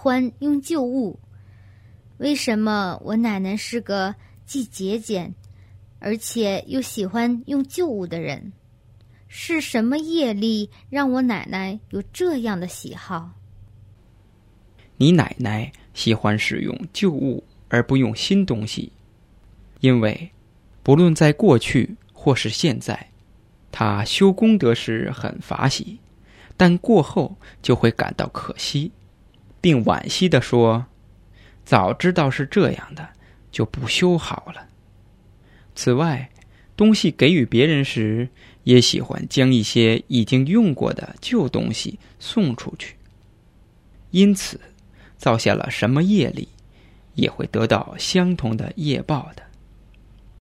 欢用旧物？为什么我奶奶是个既节俭，而且又喜欢用旧物的人？是什么业力让我奶奶有这样的喜好？ 你奶奶喜欢使用旧物而不用新东西，因为不论在过去或是现在，她修功德时很法喜，但过后就会感到可惜，并惋惜地说，早知道是这样的，就不修好了。此外，东西给予别人时，也喜欢将一些已经用过的旧东西送出去，因此造下了什么业力，也会得到相同的业报的。